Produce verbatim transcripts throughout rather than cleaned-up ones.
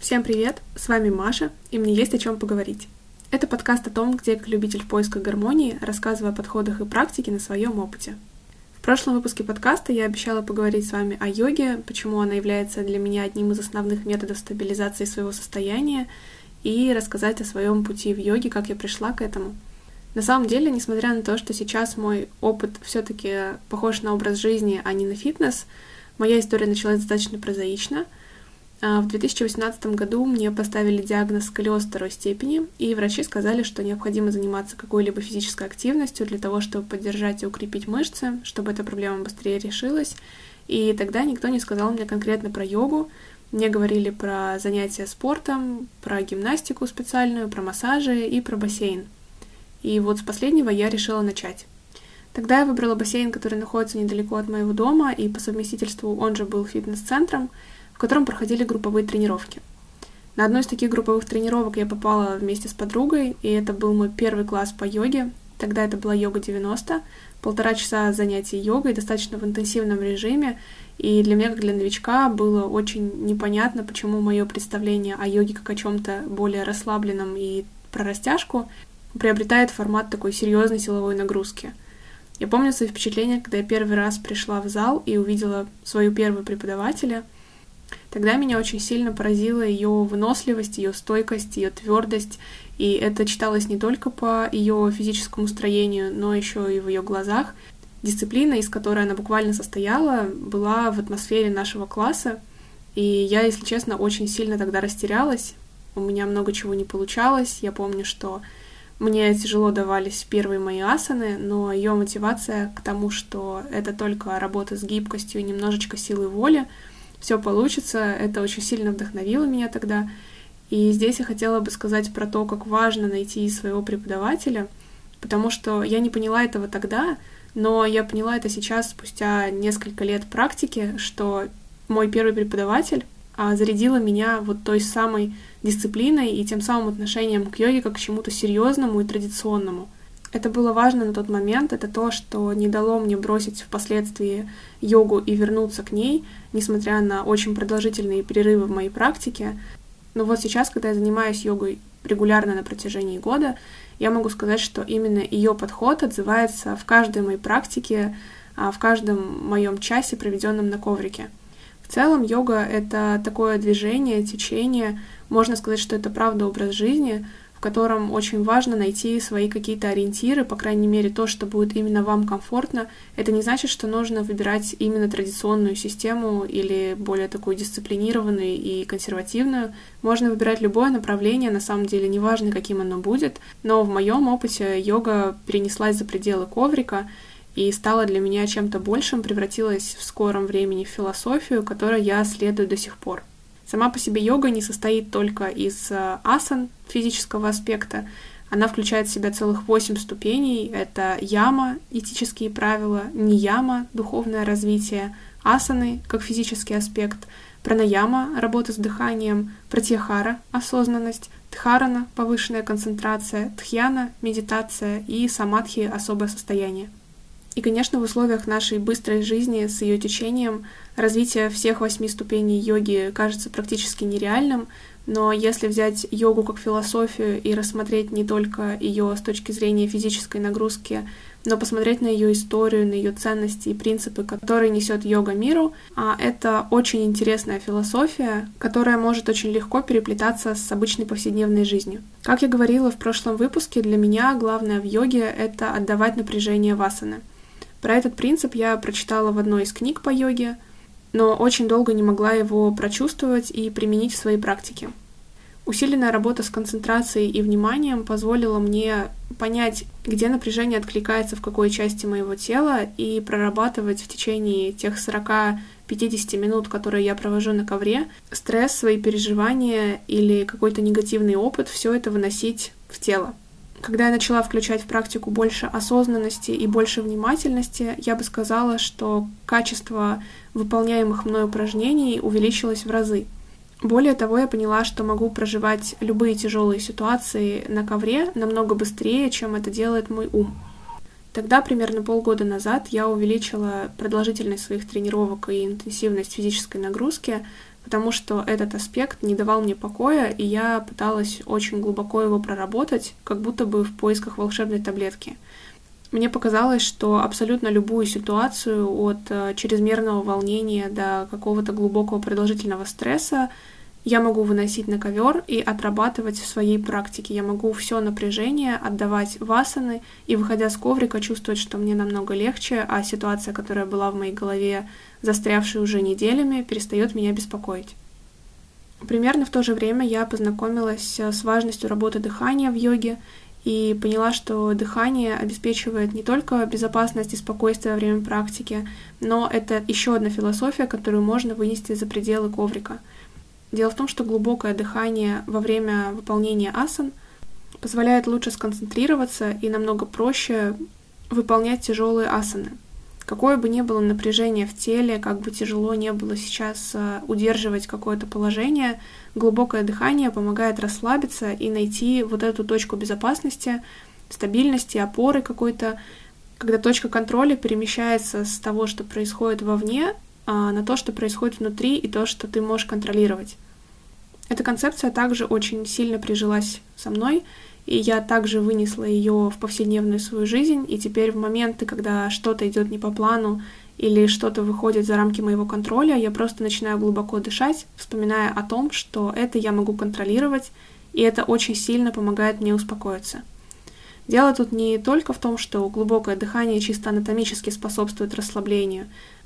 Всем привет, с вами Маша, и мне есть о чем поговорить. Это подкаст о том, где я как любитель в поисках гармонии рассказываю о подходах и практике на своем опыте. В прошлом выпуске подкаста я обещала поговорить с вами о йоге, почему она является для меня одним из основных методов стабилизации своего состояния, и рассказать о своем пути в йоге, как я пришла к этому. На самом деле, несмотря на то, что сейчас мой опыт все-таки похож на образ жизни, а не на фитнес, моя история началась достаточно прозаично. В две тысячи восемнадцатом году мне поставили диагноз сколиоз второй степени, и врачи сказали, что необходимо заниматься какой-либо физической активностью для того, чтобы поддержать и укрепить мышцы, чтобы эта проблема быстрее решилась. И тогда никто не сказал мне конкретно про йогу. Мне говорили про занятия спортом, про гимнастику специальную, про массажи и про бассейн. И вот с последнего я решила начать. Тогда я выбрала бассейн, который находится недалеко от моего дома, и по совместительству он же был фитнес-центром, в котором проходили групповые тренировки. На одну из таких групповых тренировок я попала вместе с подругой, и это был мой первый класс по йоге. Тогда это была йога девяносто, полтора часа занятий йогой, достаточно в интенсивном режиме, и для меня, как для новичка, было очень непонятно, почему мое представление о йоге как о чем-то более расслабленном и про растяжку приобретает формат такой серьезной силовой нагрузки. Я помню свои впечатления, когда я первый раз пришла в зал и увидела свою первую преподавателя. Тогда меня очень сильно поразила ее выносливость, ее стойкость, ее твердость, и это читалось не только по ее физическому строению, но еще и в ее глазах. Дисциплина, из которой она буквально состояла, была в атмосфере нашего класса, и я, если честно, очень сильно тогда растерялась, у меня много чего не получалось, я помню, что мне тяжело давались первые мои асаны, но ее мотивация к тому, что это только работа с гибкостью и немножечко силы воли, все получится, это очень сильно вдохновило меня тогда. И здесь я хотела бы сказать про то, как важно найти своего преподавателя, потому что я не поняла этого тогда, но я поняла это сейчас, спустя несколько лет практики, что мой первый преподаватель зарядила меня вот той самой дисциплиной и тем самым отношением к йоге как к чему-то серьезному и традиционному. Это было важно на тот момент, это то, что не дало мне бросить впоследствии йогу и вернуться к ней, несмотря на очень продолжительные перерывы в моей практике. Но вот сейчас, когда я занимаюсь йогой регулярно на протяжении года, я могу сказать, что именно ее подход отзывается в каждой моей практике, в каждом моем часе, проведенном на коврике. В целом йога — это такое движение, течение, можно сказать, что это правда образ жизни, в котором очень важно найти свои какие-то ориентиры, по крайней мере, то, что будет именно вам комфортно. Это не значит, что нужно выбирать именно традиционную систему или более такую дисциплинированную и консервативную. Можно выбирать любое направление, на самом деле, неважно, каким оно будет. Но в моем опыте йога перенеслась за пределы коврика и стала для меня чем-то большим, превратилась в скором времени в философию, которой я следую до сих пор. Сама по себе йога не состоит только из асан, физического аспекта. Она включает в себя целых восемь ступеней. Это яма, этические правила, нияма, духовное развитие, асаны, как физический аспект, пранаяма, работа с дыханием, пратьяхара, осознанность, дхарана, повышенная концентрация, дхьяна, медитация и самадхи, особое состояние. И, конечно, в условиях нашей быстрой жизни с ее течением развитие всех восьми ступеней йоги кажется практически нереальным, но если взять йогу как философию и рассмотреть не только ее с точки зрения физической нагрузки, но посмотреть на ее историю, на ее ценности и принципы, которые несет йога миру, а это очень интересная философия, которая может очень легко переплетаться с обычной повседневной жизнью. Как я говорила в прошлом выпуске, для меня главное в йоге — это отдавать напряжение в асаны. Про этот принцип я прочитала в одной из книг по йоге, но очень долго не могла его прочувствовать и применить в своей практике. Усиленная работа с концентрацией и вниманием позволила мне понять, где напряжение откликается в какой части моего тела, и прорабатывать в течение тех сорок-пятьдесят минут, которые я провожу на ковре, стресс, свои переживания или какой-то негативный опыт, все это выносить в тело. Когда я начала включать в практику больше осознанности и больше внимательности, я бы сказала, что качество выполняемых мной упражнений увеличилось в разы. Более того, я поняла, что могу проживать любые тяжелые ситуации на ковре намного быстрее, чем это делает мой ум. Тогда, примерно полгода назад, я увеличила продолжительность своих тренировок и интенсивность физической нагрузки потому что этот аспект не давал мне покоя, и я пыталась очень глубоко его проработать, как будто бы в поисках волшебной таблетки. Мне показалось, что абсолютно любую ситуацию, от чрезмерного волнения до какого-то глубокого продолжительного стресса, я могу выносить на ковер и отрабатывать в своей практике. Я могу все напряжение отдавать в асаны и, выходя с коврика, чувствовать, что мне намного легче, а ситуация, которая была в моей голове, застрявшая уже неделями, перестает меня беспокоить. Примерно в то же время я познакомилась с важностью работы дыхания в йоге и поняла, что дыхание обеспечивает не только безопасность и спокойствие во время практики, но это еще одна философия, которую можно вынести за пределы коврика. Дело в том, что глубокое дыхание во время выполнения асан позволяет лучше сконцентрироваться и намного проще выполнять тяжелые асаны. Какое бы ни было напряжение в теле, как бы тяжело не было сейчас удерживать какое-то положение, глубокое дыхание помогает расслабиться и найти вот эту точку безопасности, стабильности, опоры какой-то, когда точка контроля перемещается с того, что происходит вовне, на то, что происходит внутри, и то, что ты можешь контролировать. Эта концепция также очень сильно прижилась со мной, и я также вынесла ее в повседневную свою жизнь, и теперь в моменты, когда что-то идет не по плану или что-то выходит за рамки моего контроля, я просто начинаю глубоко дышать, вспоминая о том, что это я могу контролировать, и это очень сильно помогает мне успокоиться. Дело тут не только в том, что глубокое дыхание чисто анатомически способствует расслаблению,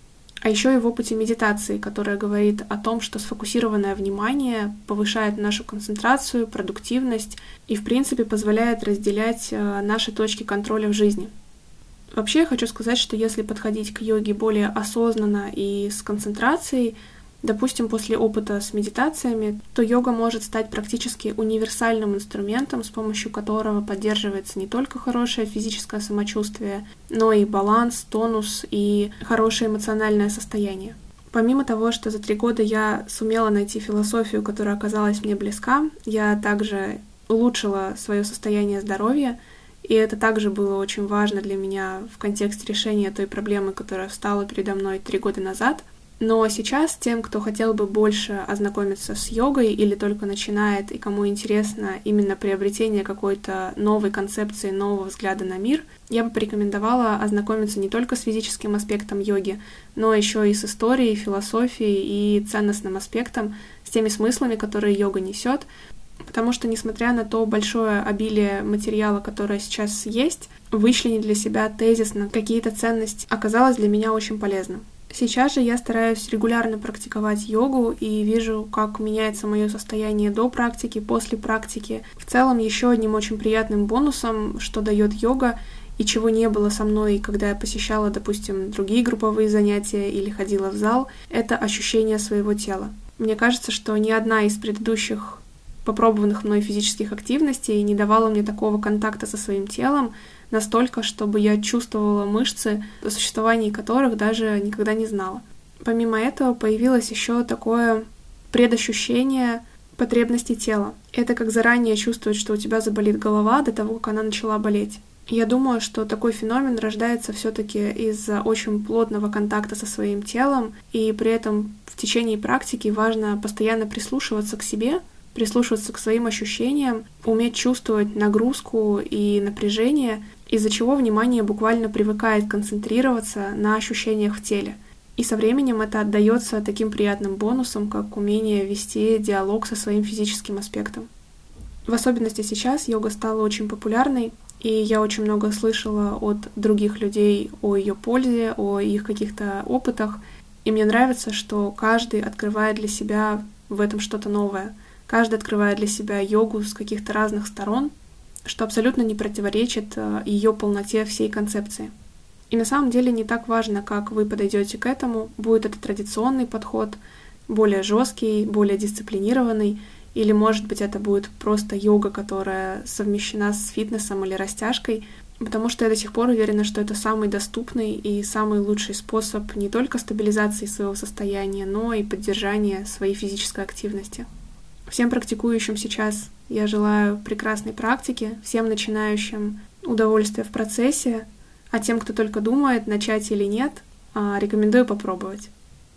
а еще и в опыте медитации, которая говорит о том, что сфокусированное внимание повышает нашу концентрацию, продуктивность и, в принципе, позволяет разделять наши точки контроля в жизни. Вообще, я хочу сказать, что если подходить к йоге более осознанно и с концентрацией, допустим, после опыта с медитациями, то йога может стать практически универсальным инструментом, с помощью которого поддерживается не только хорошее физическое самочувствие, но и баланс, тонус и хорошее эмоциональное состояние. Помимо того, что за три года я сумела найти философию, которая оказалась мне близка, я также улучшила свое состояние здоровья, и это также было очень важно для меня в контексте решения той проблемы, которая встала передо мной три года назад. Но сейчас тем, кто хотел бы больше ознакомиться с йогой или только начинает, и кому интересно именно приобретение какой-то новой концепции, нового взгляда на мир, я бы порекомендовала ознакомиться не только с физическим аспектом йоги, но еще и с историей, философией и ценностным аспектом, с теми смыслами, которые йога несет. Потому что, несмотря на то большое обилие материала, которое сейчас есть, вычленить для себя тезисно какие-то ценности оказалось для меня очень полезным. Сейчас же я стараюсь регулярно практиковать йогу и вижу, как меняется мое состояние до практики, после практики. В целом, еще одним очень приятным бонусом, что дает йога, и чего не было со мной, когда я посещала, допустим, другие групповые занятия или ходила в зал, это ощущение своего тела. Мне кажется, что ни одна из предыдущих попробованных мной физических активностей не давала мне такого контакта со своим телом настолько, чтобы я чувствовала мышцы, о существовании которых даже никогда не знала. Помимо этого появилось еще такое предощущение потребностей тела. Это как заранее чувствовать, что у тебя заболит голова до того, как она начала болеть. Я думаю, что такой феномен рождается все-таки из-за очень плотного контакта со своим телом, и при этом в течение практики важно постоянно прислушиваться к себе, прислушиваться к своим ощущениям, уметь чувствовать нагрузку и напряжение, из-за чего внимание буквально привыкает концентрироваться на ощущениях в теле. И со временем это отдается таким приятным бонусом, как умение вести диалог со своим физическим аспектом. В особенности сейчас йога стала очень популярной, и я очень много слышала от других людей о ее пользе, о их каких-то опытах, и мне нравится, что каждый открывает для себя в этом что-то новое. Каждый открывает для себя йогу с каких-то разных сторон, что абсолютно не противоречит ее полноте всей концепции. И на самом деле не так важно, как вы подойдете к этому, будет это традиционный подход, более жесткий, более дисциплинированный, или, может быть, это будет просто йога, которая совмещена с фитнесом или растяжкой, потому что я до сих пор уверена, что это самый доступный и самый лучший способ не только стабилизации своего состояния, но и поддержания своей физической активности. Всем практикующим сейчас я желаю прекрасной практики, всем начинающим удовольствия в процессе, а тем, кто только думает, начать или нет, рекомендую попробовать.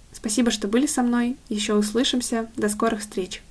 Спасибо, что были со мной. Еще услышимся. До скорых встреч.